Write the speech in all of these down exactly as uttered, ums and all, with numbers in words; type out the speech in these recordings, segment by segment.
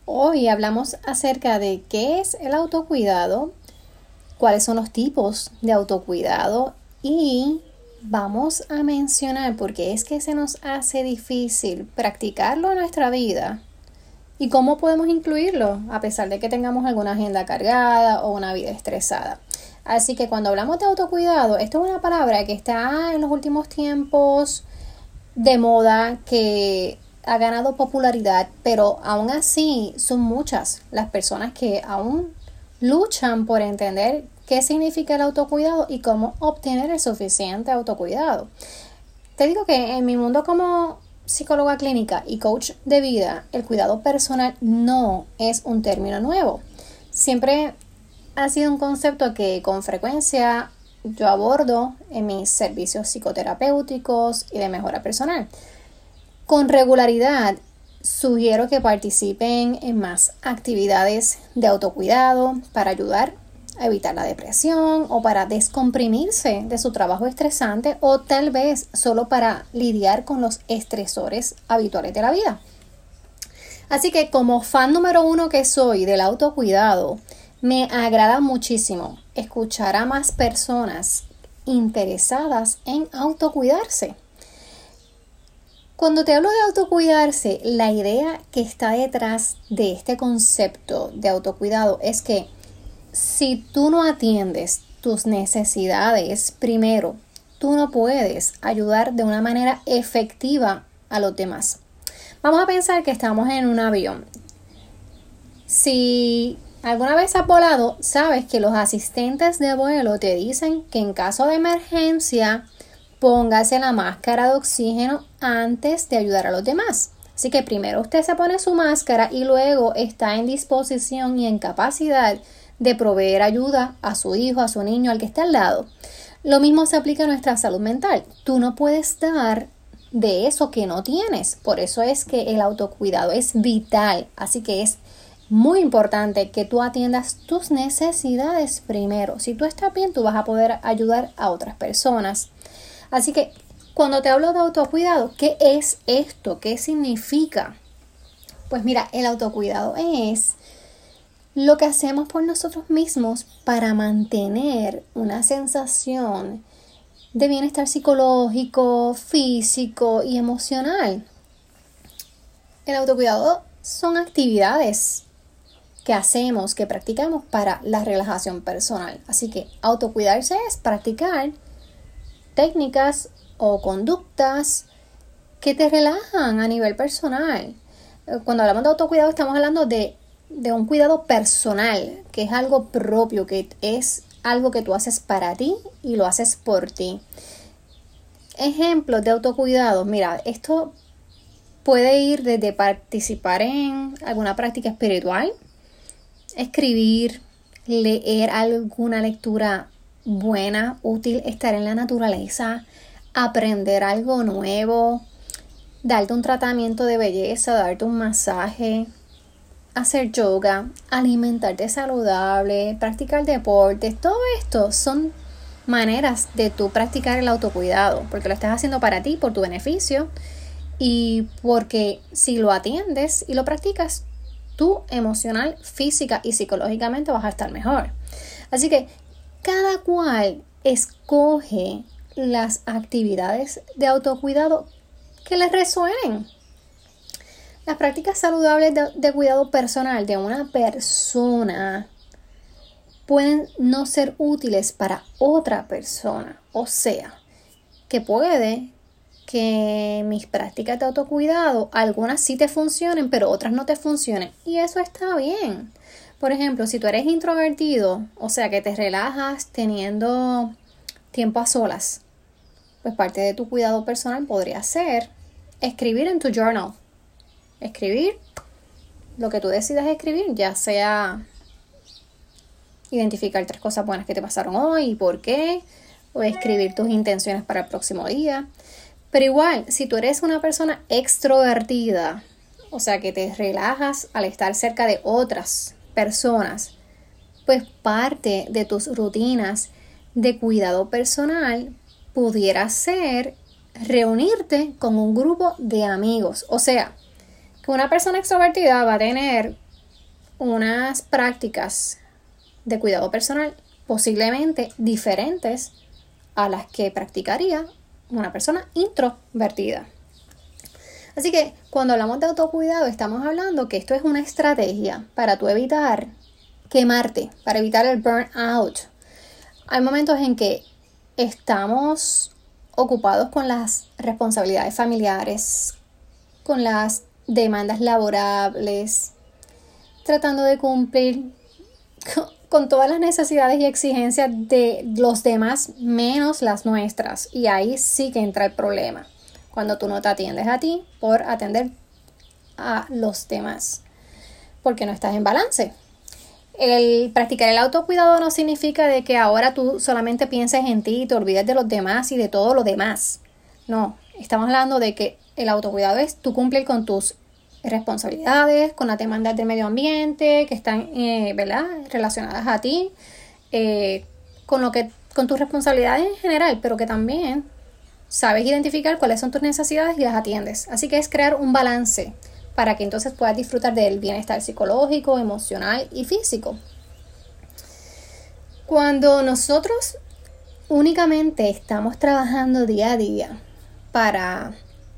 Hoy hablamos acerca de qué es el autocuidado, cuáles son los tipos de autocuidado y vamos a mencionar por qué es que se nos hace difícil practicarlo en nuestra vida y cómo podemos incluirlo a pesar de que tengamos alguna agenda cargada o una vida estresada. Así que cuando hablamos de autocuidado, esto es una palabra que está en los últimos tiempos de moda, que ha ganado popularidad, pero aún así son muchas las personas que aún luchan por entender qué significa el autocuidado y cómo obtener el suficiente autocuidado. Te digo que en mi mundo como psicóloga clínica y coach de vida, el cuidado personal no es un término nuevo. Siempre ha sido un concepto que con frecuencia yo abordo en mis servicios psicoterapéuticos y de mejora personal. Con regularidad sugiero que participen en más actividades de autocuidado para ayudar a evitar la depresión o para descomprimirse de su trabajo estresante o tal vez solo para lidiar con los estresores habituales de la vida. Así que como fan número uno que soy del autocuidado, me agrada muchísimo escuchar a más personas interesadas en autocuidarse. Cuando te hablo de autocuidarse, la idea que está detrás de este concepto de autocuidado es que si tú no atiendes tus necesidades primero, tú no puedes ayudar de una manera efectiva a los demás. Vamos a pensar que estamos en un avión. Si alguna vez has volado, sabes que los asistentes de vuelo te dicen que en caso de emergencia póngase la máscara de oxígeno antes de ayudar a los demás. Así que primero usted se pone su máscara y luego está en disposición y en capacidad de proveer ayuda a su hijo, a su niño, al que está al lado. Lo mismo se aplica a nuestra salud mental. Tú no puedes dar de eso que no tienes. Por eso es que el autocuidado es vital. Así que es muy importante que tú atiendas tus necesidades primero. Si tú estás bien, tú vas a poder ayudar a otras personas. Así que cuando te hablo de autocuidado, ¿qué es esto? ¿Qué significa? Pues mira, el autocuidado es lo que hacemos por nosotros mismos para mantener una sensación de bienestar psicológico, físico y emocional. El autocuidado son actividades que hacemos, que practicamos para la relajación personal. Así que autocuidarse es practicar técnicas o conductas que te relajan a nivel personal. Cuando hablamos de autocuidado estamos hablando de, de un cuidado personal, que es algo propio, que es algo que tú haces para ti y lo haces por ti. Ejemplos de autocuidado, mira, esto puede ir desde participar en alguna práctica espiritual, escribir, leer alguna lectura buena, útil, estar en la naturaleza, aprender algo nuevo, darte un tratamiento de belleza, darte un masaje, hacer yoga, alimentarte saludable, practicar deportes. Todo esto son maneras de tú practicar el autocuidado, porque lo estás haciendo para ti, por tu beneficio y porque si lo atiendes y lo practicas, tú emocional, física y psicológicamente vas a estar mejor. Así que cada cual escoge las actividades de autocuidado que les resuenen. Las prácticas saludables de, de cuidado personal de una persona pueden no ser útiles para otra persona. O sea, que puede que mis prácticas de autocuidado, algunas sí te funcionen, pero otras no te funcionen. Y eso está bien. Por ejemplo, si tú eres introvertido, o sea que te relajas teniendo tiempo a solas, pues parte de tu cuidado personal podría ser escribir en tu journal. Escribir lo que tú decidas escribir, ya sea identificar tres cosas buenas que te pasaron hoy y por qué, o escribir tus intenciones para el próximo día. Pero igual, si tú eres una persona extrovertida, o sea que te relajas al estar cerca de otras personas, pues parte de tus rutinas de cuidado personal pudiera ser reunirte con un grupo de amigos. O sea, que una persona extrovertida va a tener unas prácticas de cuidado personal posiblemente diferentes a las que practicaría una persona introvertida. Así que cuando hablamos de autocuidado estamos hablando que esto es una estrategia para tú evitar quemarte, para evitar el burnout. Hay momentos en que estamos ocupados con las responsabilidades familiares, con las demandas laborables, tratando de cumplir con, con todas las necesidades y exigencias de los demás menos las nuestras. Y ahí sí que entra el problema, cuando tú no te atiendes a ti por atender a los demás, porque no estás en balance. El practicar el autocuidado no significa de que ahora tú solamente pienses en ti y te olvides de los demás y de todo lo demás. No, estamos hablando de que el autocuidado es tú cumplir con tus responsabilidades, con las demandas del medio ambiente que están eh, ¿verdad? relacionadas a ti, eh, con lo que, con tus responsabilidades en general, pero que también sabes identificar cuáles son tus necesidades y las atiendes. Así que es crear un balance para que entonces puedas disfrutar del bienestar psicológico, emocional y físico. Cuando nosotros únicamente estamos trabajando día a día para,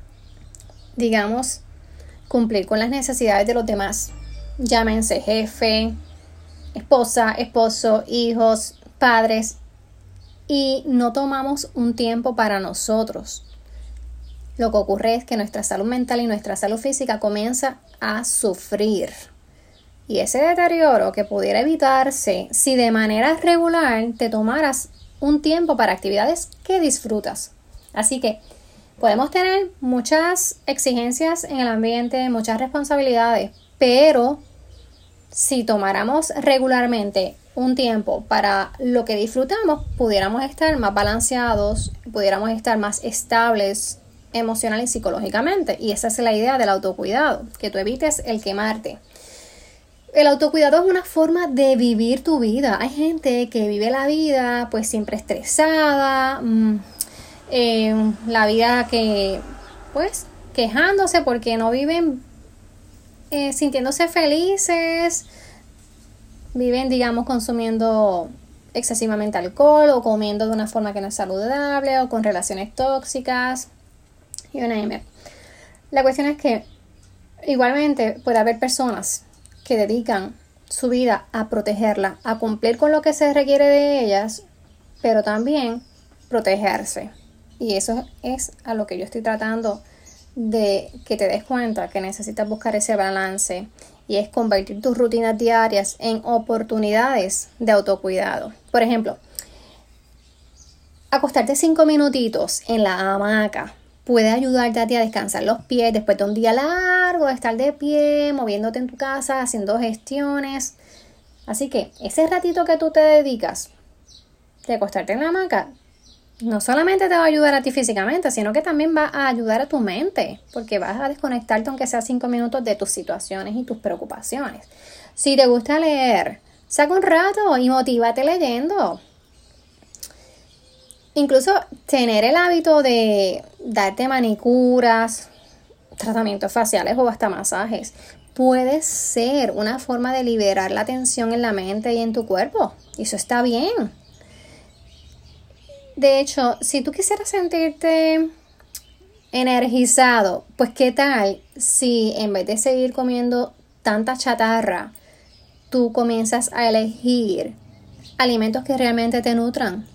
digamos, cumplir con las necesidades de los demás, llámense jefe, esposa, esposo, hijos, padres, y no tomamos un tiempo para nosotros, lo que ocurre es que nuestra salud mental y nuestra salud física comienza a sufrir. Y ese deterioro que pudiera evitarse si de manera regular te tomaras un tiempo para actividades que disfrutas. Así que podemos tener muchas exigencias en el ambiente, muchas responsabilidades, pero si tomáramos regularmente un tiempo para lo que disfrutamos, pudiéramos estar más balanceados, pudiéramos estar más estables emocional y psicológicamente. Y esa es la idea del autocuidado, que tú evites el quemarte. El autocuidado es una forma de vivir tu vida. Hay gente que vive la vida pues siempre estresada, mmm, eh, la vida que pues quejándose porque no viven eh, sintiéndose felices, viven digamos consumiendo excesivamente alcohol o comiendo de una forma que no es saludable o con relaciones tóxicas. You name it. La cuestión es que igualmente puede haber personas que dedican su vida a protegerla, a cumplir con lo que se requiere de ellas, pero también protegerse. Y eso es a lo que yo estoy tratando de que te des cuenta que necesitas buscar ese balance, y es convertir tus rutinas diarias en oportunidades de autocuidado. Por ejemplo, acostarte cinco minutitos en la hamaca puede ayudarte a ti a descansar los pies después de un día largo de estar de pie, moviéndote en tu casa, haciendo gestiones. Así que ese ratito que tú te dedicas de acostarte en la hamaca, no solamente te va a ayudar a ti físicamente, sino que también va a ayudar a tu mente, porque vas a desconectarte aunque sea cinco minutos de tus situaciones y tus preocupaciones. Si te gusta leer, saca un rato y motívate leyendo. Incluso tener el hábito de darte manicuras, tratamientos faciales o hasta masajes puede ser una forma de liberar la tensión en la mente y en tu cuerpo. Y eso está bien. De hecho, si tú quisieras sentirte energizado, pues qué tal si en vez de seguir comiendo tanta chatarra, tú comienzas a elegir alimentos que realmente te nutran.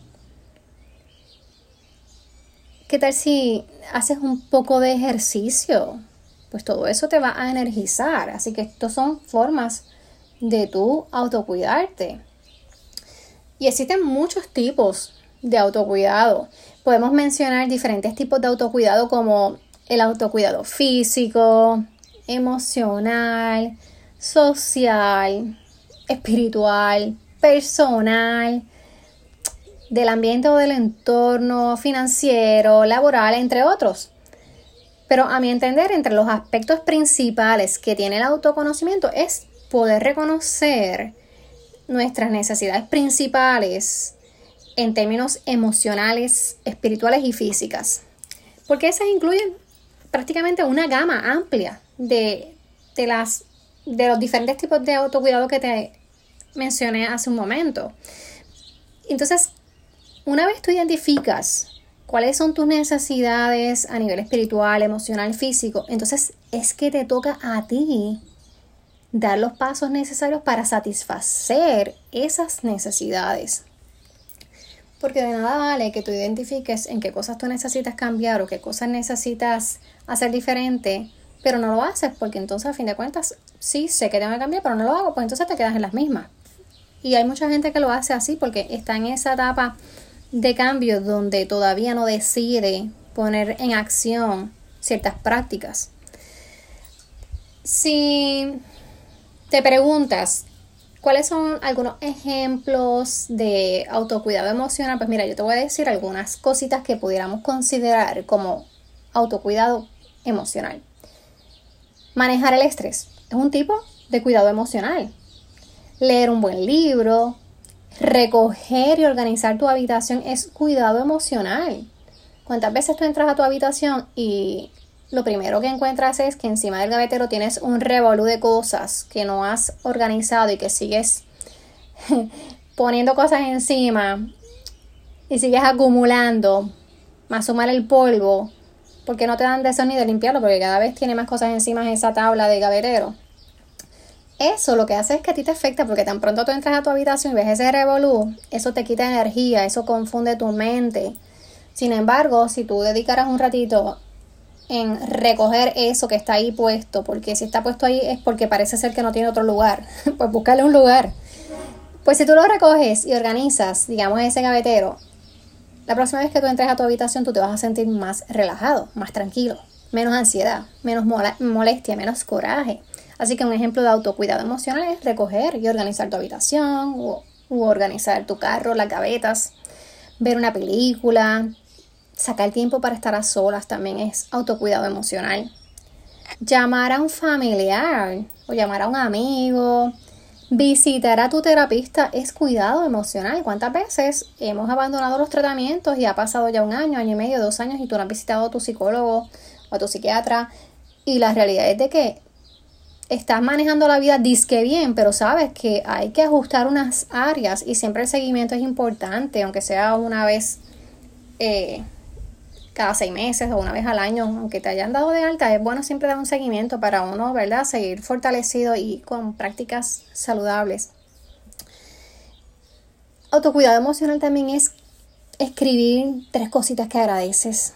¿Qué tal si haces un poco de ejercicio? Pues todo eso te va a energizar. Así que estas son formas de tú autocuidarte. Y existen muchos tipos de autocuidado. Podemos mencionar diferentes tipos de autocuidado como el autocuidado físico, emocional, social, espiritual, personal, del ambiente o del entorno, financiero, laboral, entre otros. Pero a mi entender, entre los aspectos principales que tiene el autoconocimiento es poder reconocer nuestras necesidades principales en términos emocionales, espirituales y físicas. Porque esas incluyen prácticamente una gama amplia de, de las de los diferentes tipos de autocuidado que te mencioné hace un momento. Entonces, una vez tú identificas cuáles son tus necesidades a nivel espiritual, emocional, físico, entonces es que te toca a ti dar los pasos necesarios para satisfacer esas necesidades. Porque de nada vale que tú identifiques en qué cosas tú necesitas cambiar o qué cosas necesitas hacer diferente, pero no lo haces porque entonces a fin de cuentas sí sé que tengo que cambiar, pero no lo hago, pues entonces te quedas en las mismas. Y hay mucha gente que lo hace así porque está en esa etapa de cambio donde todavía no decide poner en acción ciertas prácticas. Si te preguntas cuáles son algunos ejemplos de autocuidado emocional, pues mira, yo te voy a decir algunas cositas que pudiéramos considerar como autocuidado emocional. Manejar el estrés es un tipo de cuidado emocional. Leer un buen libro, recoger y organizar tu habitación es cuidado emocional. ¿Cuántas veces tú entras a tu habitación y lo primero que encuentras es que encima del gavetero tienes un revolú de cosas que no has organizado y que sigues poniendo cosas encima y sigues acumulando, más sumar el polvo, porque no te dan deseo ni de limpiarlo, porque cada vez tiene más cosas encima de esa tabla de gavetero? Eso lo que hace es que a ti te afecta, porque tan pronto tú entras a tu habitación y ves ese revolú, eso te quita energía, eso confunde tu mente. Sin embargo, si tú dedicaras un ratito en recoger eso que está ahí puesto, porque si está puesto ahí es porque parece ser que no tiene otro lugar, pues buscarle un lugar. Pues si tú lo recoges y organizas, digamos, ese gavetero, la próxima vez que tú entres a tu habitación tú te vas a sentir más relajado, más tranquilo, menos ansiedad, menos molestia, menos coraje. Así que un ejemplo de autocuidado emocional es recoger y organizar tu habitación o, o organizar tu carro, las gavetas, ver una película. Sacar tiempo para estar a solas también es autocuidado emocional. Llamar a un familiar o llamar a un amigo. Visitar a tu terapista es cuidado emocional. ¿Cuántas veces hemos abandonado los tratamientos y ha pasado ya un año, año y medio, dos años y tú no has visitado a tu psicólogo o a tu psiquiatra? Y la realidad es de que estás manejando la vida disque bien, pero sabes que hay que ajustar unas áreas y siempre el seguimiento es importante, aunque sea una vez eh, cada seis meses o una vez al año, aunque te hayan dado de alta, es bueno siempre dar un seguimiento para uno, ¿verdad?, seguir fortalecido y con prácticas saludables. Autocuidado emocional también es escribir tres cositas que agradeces.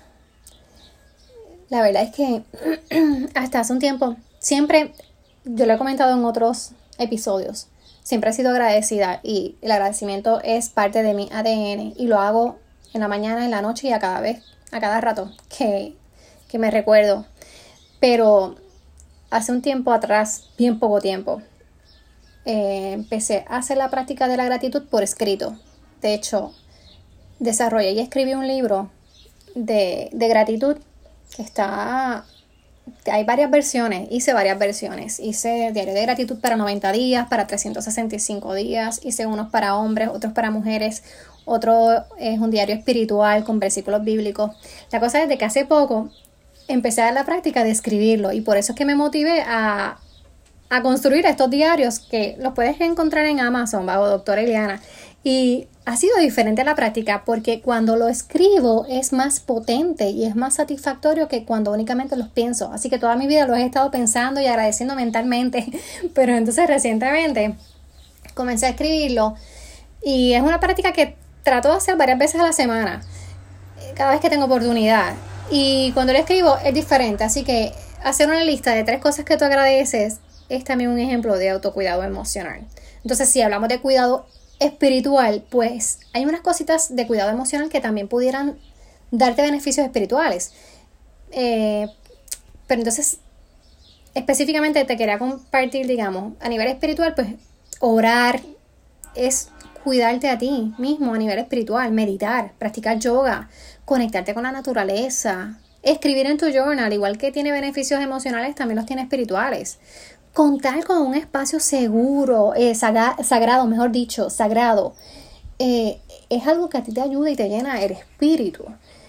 La verdad es que hasta hace un tiempo, siempre, yo lo he comentado en otros episodios, siempre he sido agradecida y el agradecimiento es parte de mi A D N y lo hago en la mañana, en la noche y a cada vez, a cada rato que, que me recuerdo. Pero hace un tiempo atrás, bien poco tiempo, eh, empecé a hacer la práctica de la gratitud por escrito. De hecho, desarrollé y escribí un libro de, de gratitud que está... Hay varias versiones, hice varias versiones. Hice diario de gratitud para noventa días, para trescientos sesenta y cinco días. Hice unos para hombres, otros para mujeres. Otro es un diario espiritual con versículos bíblicos. La cosa es de que hace poco empecé a dar la práctica de escribirlo. Y por eso es que me motivé a, a construir estos diarios que los puedes encontrar en Amazon bajo Doctora Eliana. Y ha sido diferente la práctica porque cuando lo escribo es más potente y es más satisfactorio que cuando únicamente los pienso. Así que toda mi vida los he estado pensando y agradeciendo mentalmente. Pero entonces recientemente comencé a escribirlo y es una práctica que trato de hacer varias veces a la semana, cada vez que tengo oportunidad. Y cuando lo escribo es diferente. Así que hacer una lista de tres cosas que tú agradeces es también un ejemplo de autocuidado emocional. Entonces, si hablamos de cuidado espiritual, pues hay unas cositas de cuidado emocional que también pudieran darte beneficios espirituales. Eh, pero entonces, específicamente te quería compartir, digamos, a nivel espiritual, pues orar es cuidarte a ti mismo a nivel espiritual, meditar, practicar yoga, conectarte con la naturaleza, escribir en tu journal, igual que tiene beneficios emocionales, también los tiene espirituales. Contar con un espacio seguro, eh, sagra- sagrado, mejor dicho, sagrado, eh, es algo que a ti te ayuda y te llena el espíritu.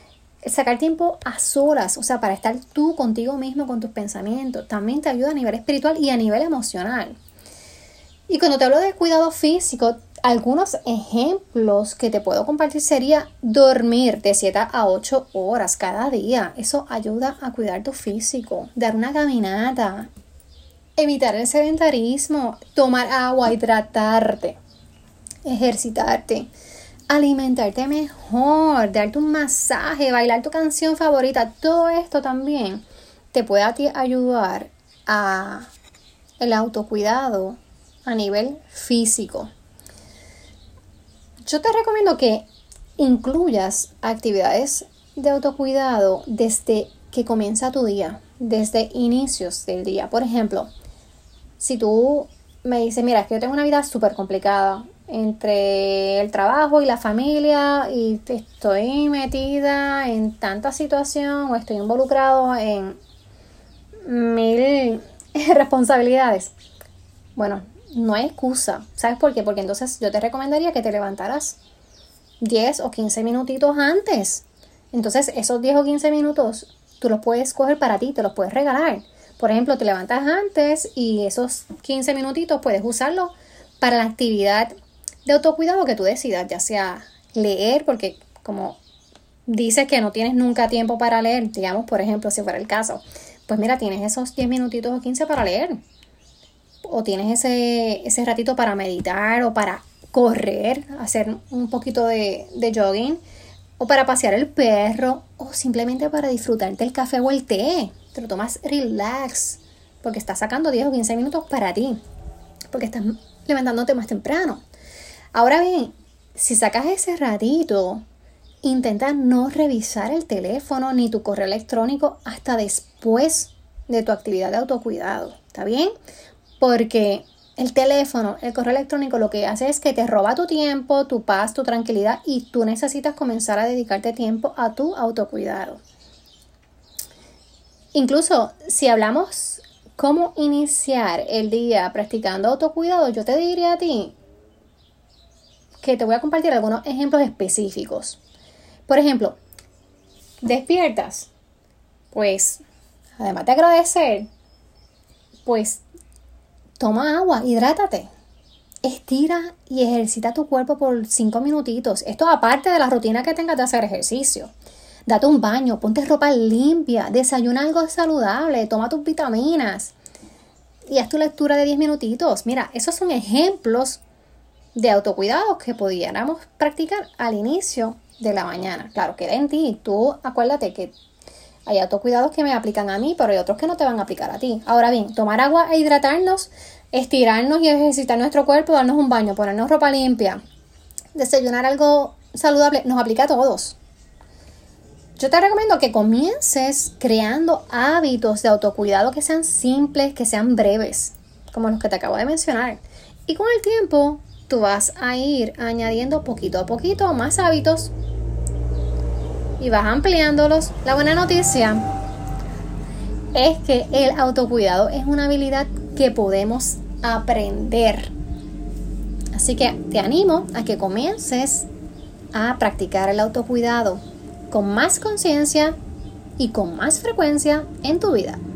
sacar tiempo a solas, o sea, para estar tú contigo mismo, con tus pensamientos, también te ayuda a nivel espiritual y a nivel emocional. Y cuando te hablo de cuidado físico, algunos ejemplos que te puedo compartir sería dormir de siete a ocho horas cada día. Eso ayuda a cuidar tu físico, dar una caminata, evitar el sedentarismo, tomar agua, hidratarte, ejercitarte, alimentarte mejor, darte un masaje, bailar tu canción favorita. Todo esto también te puede a ti ayudar a el autocuidado a nivel físico. Yo te recomiendo que incluyas actividades de autocuidado desde que comienza tu día, desde inicios del día. Por ejemplo, si tú me dices, mira, es que yo tengo una vida súper complicada entre el trabajo y la familia y estoy metida en tanta situación o estoy involucrado en mil responsabilidades. Bueno, no hay excusa. ¿Sabes por qué? Porque entonces yo te recomendaría que te levantaras diez o quince minutitos antes. Entonces esos diez o quince minutos tú los puedes coger para ti, te los puedes regalar. Por ejemplo, te levantas antes y esos quince minutitos puedes usarlos para la actividad de autocuidado que tú decidas, ya sea leer, porque como dices que no tienes nunca tiempo para leer, digamos, por ejemplo, si fuera el caso, pues mira, tienes esos diez minutitos o quince para leer. O tienes ese, ese ratito para meditar o para correr, hacer un poquito de, de jogging, o para pasear el perro, o simplemente para disfrutarte el café o el té. Te lo tomas relax, porque estás sacando diez o quince minutos para ti, porque estás levantándote más temprano. Ahora bien, si sacas ese ratito, intenta no revisar el teléfono ni tu correo electrónico hasta después de tu actividad de autocuidado. ¿Está bien? Porque el teléfono, el correo electrónico lo que hace es que te roba tu tiempo, tu paz, tu tranquilidad y tú necesitas comenzar a dedicarte tiempo a tu autocuidado. Incluso si hablamos cómo iniciar el día practicando autocuidado, yo te diría a ti que te voy a compartir algunos ejemplos específicos. Por ejemplo, despiertas, pues además de agradecer, pues toma agua, hidrátate, estira y ejercita tu cuerpo por cinco minutitos. Esto aparte de la rutina que tengas de hacer ejercicio. Date un baño, ponte ropa limpia, desayuna algo saludable, toma tus vitaminas y haz tu lectura de diez minutitos. Mira, esos son ejemplos de autocuidado que pudiéramos practicar al inicio de la mañana. Claro, queda en ti. Tú acuérdate que hay autocuidados que me aplican a mí, pero hay otros que no te van a aplicar a ti. Ahora bien, tomar agua e hidratarnos, estirarnos y ejercitar nuestro cuerpo, darnos un baño, ponernos ropa limpia, desayunar algo saludable, nos aplica a todos. Yo te recomiendo que comiences creando hábitos de autocuidado que sean simples, que sean breves, como los que te acabo de mencionar. Y con el tiempo, tú vas a ir añadiendo poquito a poquito más hábitos y vas ampliándolos. La buena noticia es que el autocuidado es una habilidad que podemos aprender. Así que te animo a que comiences a practicar el autocuidado con más conciencia y con más frecuencia en tu vida.